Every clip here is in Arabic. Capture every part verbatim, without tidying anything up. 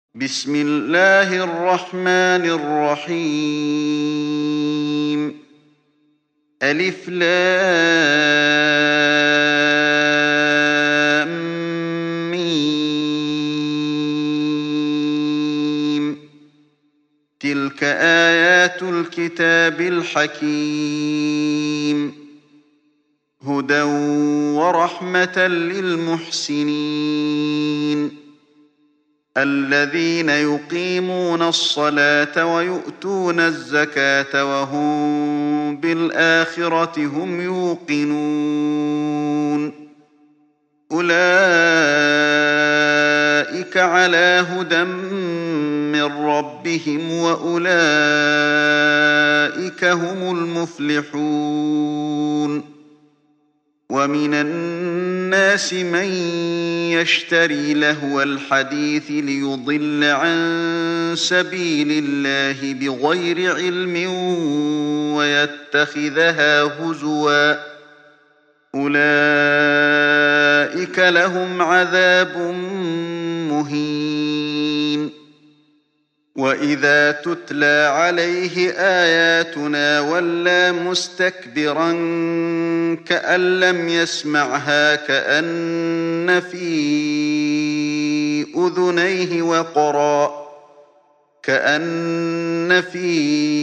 بسم الله الرحمن الرحيم ألف لام ميم تلك آيات الكتاب الحكيم هدى ورحمة للمحسنين الذين يقيمون الصلاة ويؤتون الزكاة وهم بالآخرة هم يوقنون أولئك على هدى من ربهم وأولئك هم المفلحون ومن الناس من يشتري لهو الحديث ليضل عن سبيل الله بغير علم ويتخذها هزوا أولئك لهم عذاب مهين وإذا تتلى عليه آياتنا ولى مستكبرا كأن لم يسمعها كأن في أذنيه وقرا كأن في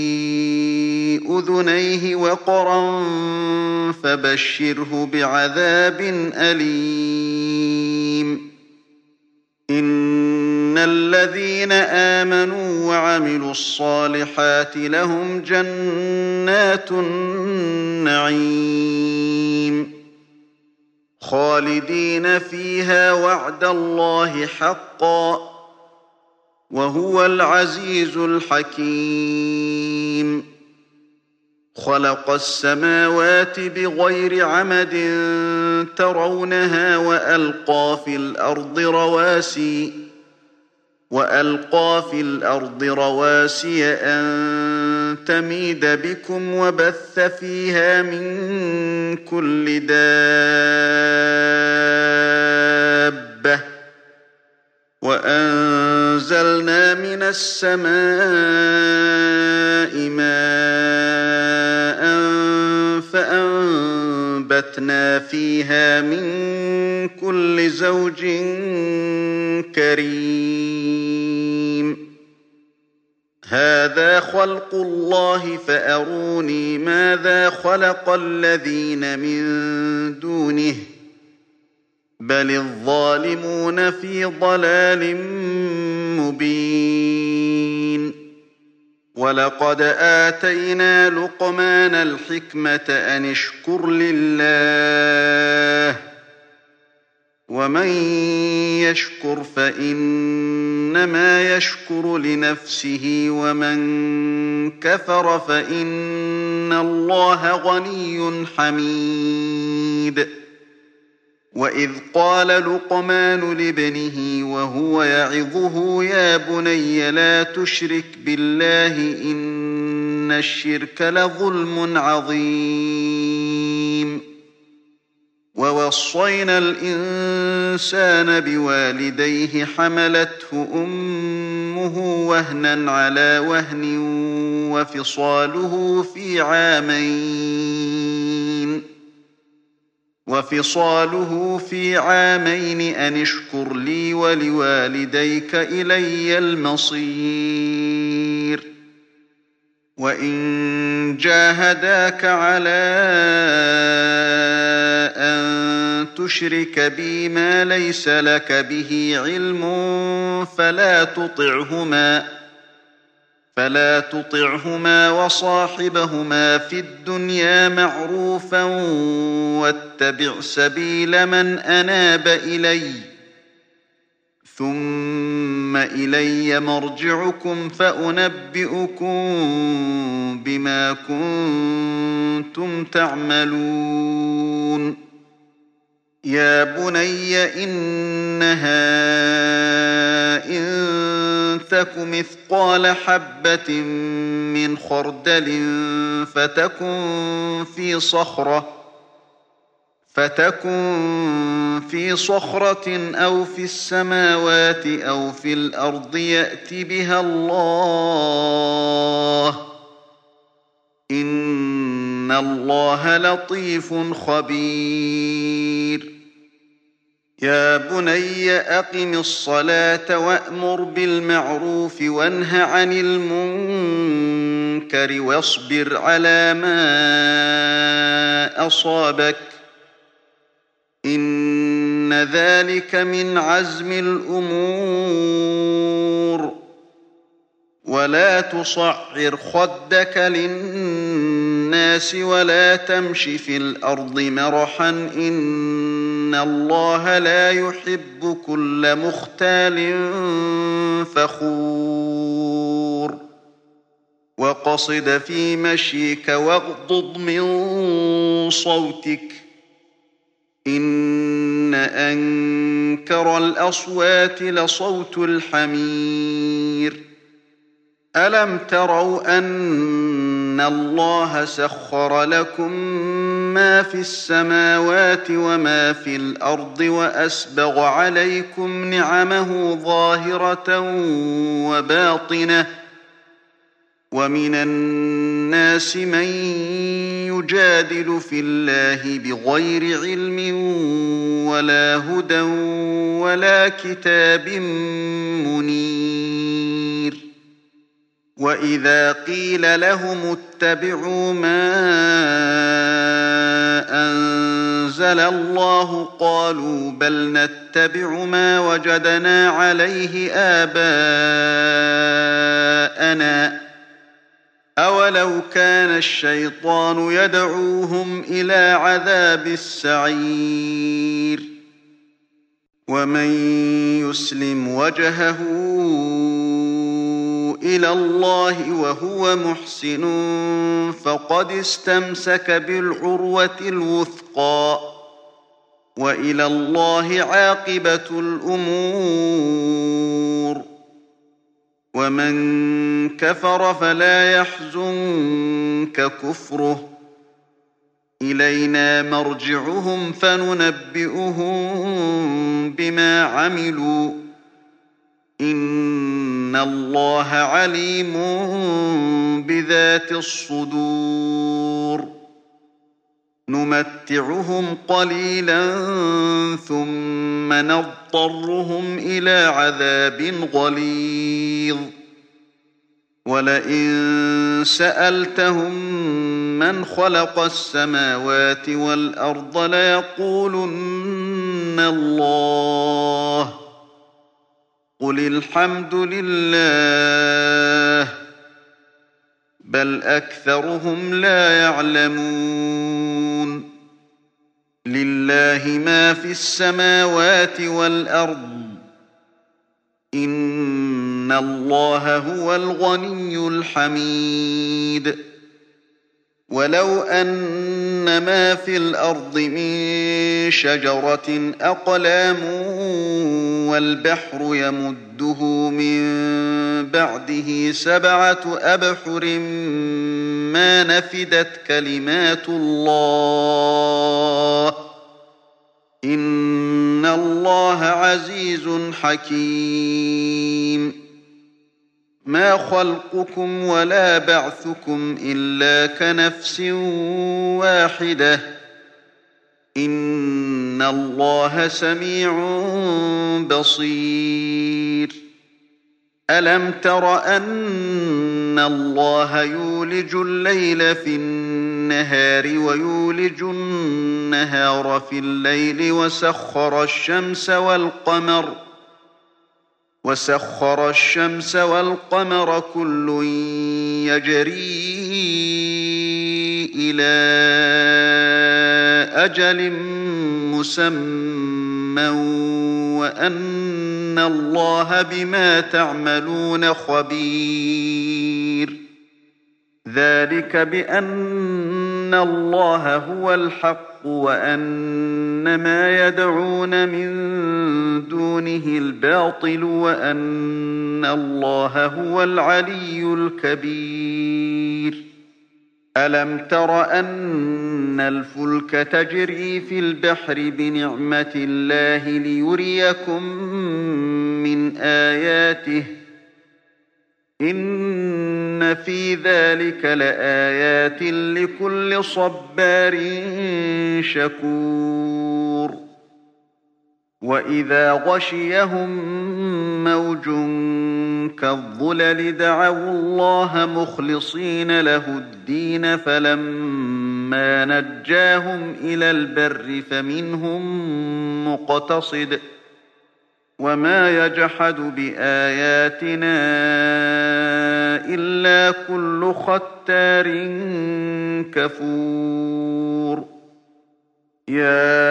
أذنيه وقرا فبشره بعذاب أليم إن الذين آمنوا وعملوا الصالحات لهم جنات النعيم خالدين فيها وعد الله حقا وهو العزيز الحكيم خلق السماوات بغير عمد ترونها وألقى في الأرض رواسي وألقى في الأرض رواسي أن تميد بكم وبث فيها من كل دابة وأنزلنا من السماء ماء فأنبتنا فيها من كل زوج كريم هذا خلق الله فأروني ماذا خلق الذين من دونه بل الظالمون في ضلال مبين ولقد آتينا لقمان الحكمة أن اشكر لله ومن يشكر فإنما يشكر لنفسه ومن كفر فإن الله غني حميد وإذ قال لقمان لابنه وهو يعظه يا بني لا تشرك بالله إن الشرك لظلم عظيم ووصينا الإنسان بوالديه حملته أمه وهنا على وهن وفصاله في عامين وفصاله في عامين أن اشكر لي ولوالديك إلي المصير وإن جاهداك على أن تشرك بي ما ليس لك به علم فلا تطعهما فلا تطعهما وصاحبهما في الدنيا معروفا واتبع سبيل من أناب إلي ثم إلي مرجعكم فأنبئكم بما كنتم تعملون يا بني إنها إن تك مثقال حبة من خردل فتكن في صخرة فتكن في صخرة أو في السماوات أو في الأرض يأت بها الله إن الله لطيف خبير يا بني أقم الصلاة وأمر بالمعروف وانه عن المنكر واصبر على ما أصابك إن ذلك من عزم الأمور ولا تصعر خدك للناس ولا تمش في الأرض مرحا إن الله لا يحب كل مختال فخور وقصد في مشيك واغضض من صوتك إن أنكر الأصوات لصوت الحمير ألم تروا أن الله سخر لكم ما في السماوات وما في الأرض وأسبغ عليكم نعمه ظاهرة وباطنة ومن الناس من يجادل في الله بغير علم ولا هدى ولا كتاب منير وإذا قيل لهم اتبعوا ما أنزل الله قالوا بل نتبع ما وجدنا عليه آباءنا أولو كان الشيطان يدعوهم إلى عذاب السعير ومن يسلم وجهه إلى الله وهو محسن فقد استمسك بالعروة الوثقى وإلى الله عاقبة الأمور ومن كفر فلا يحزنك كفره إلينا مرجعهم فننبئهم بما عملوا إن الله عليم بذات الصدور نمتعهم قليلا ثم نضطرهم إلى عذاب غليظ ولئن سألتهم من خلق السماوات والأرض ليقولن الله قل الحمد لله بل أكثرهم لا يعلمون لله ما في السماوات والأرض إن الله هو الغني الحميد ولو أن ما في الأرض من شجرة أقلام والبحر يمده من بعده سبعة أبحر ما نفدت كلمات الله إن الله عزيز حكيم ما خلقكم ولا بعثكم إلا كنفس واحدة إن الله سميع بصير ألم تر أن الله يولج الليل في النهار ويولج النهار في الليل وسخر الشمس والقمر وسخر الشمس والقمر كل يجري إلى أجل مسمى وأن الله بما تعملون خبير ذلك بأن الله هو الحق وأن ما يدعون من دونه الباطل وأن الله هو العلي الكبير ألم تر أن إن الفلك تجري في البحر بنعمة الله ليريكم من آياته إن في ذلك لآيات لكل صبار شكور وإذا غشيهم موج كالظلل دعوا الله مخلصين له الدين فلما نجاهم إلى البر فمنهم مقتصد وما يجحد بآياتنا إلا كل ختار كفور يا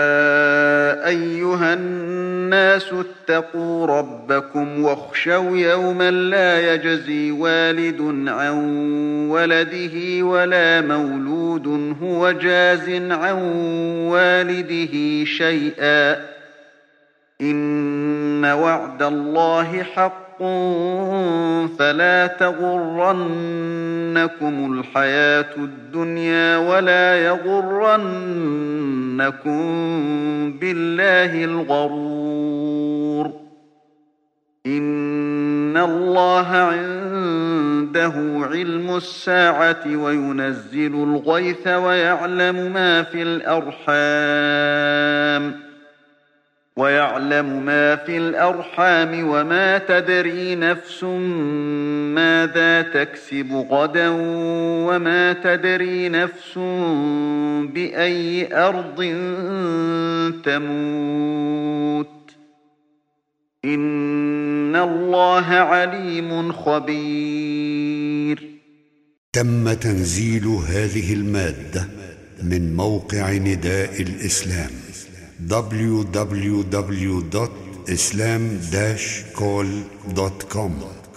أيها الناس اتقوا ربكم واخشوا يوما لا يجزي والد عن ولده ولا مولود هو جاز عن والده شيئا إن وعد الله حق فلا تغرنكم الحياة الدنيا ولا يغرنكم بالله الغرور إن الله عنده علم الساعة وينزل الغيث ويعلم ما في الأرحام ويعلم ما في الأرحام وما تدري نفس ماذا تكسب غدا وما تدري نفس بأي أرض تموت إن الله عليم خبير. تم تنزيل هذه المادة من موقع نداء الإسلام دبليو دبليو دبليو دوت إسلام داش كول دوت كوم.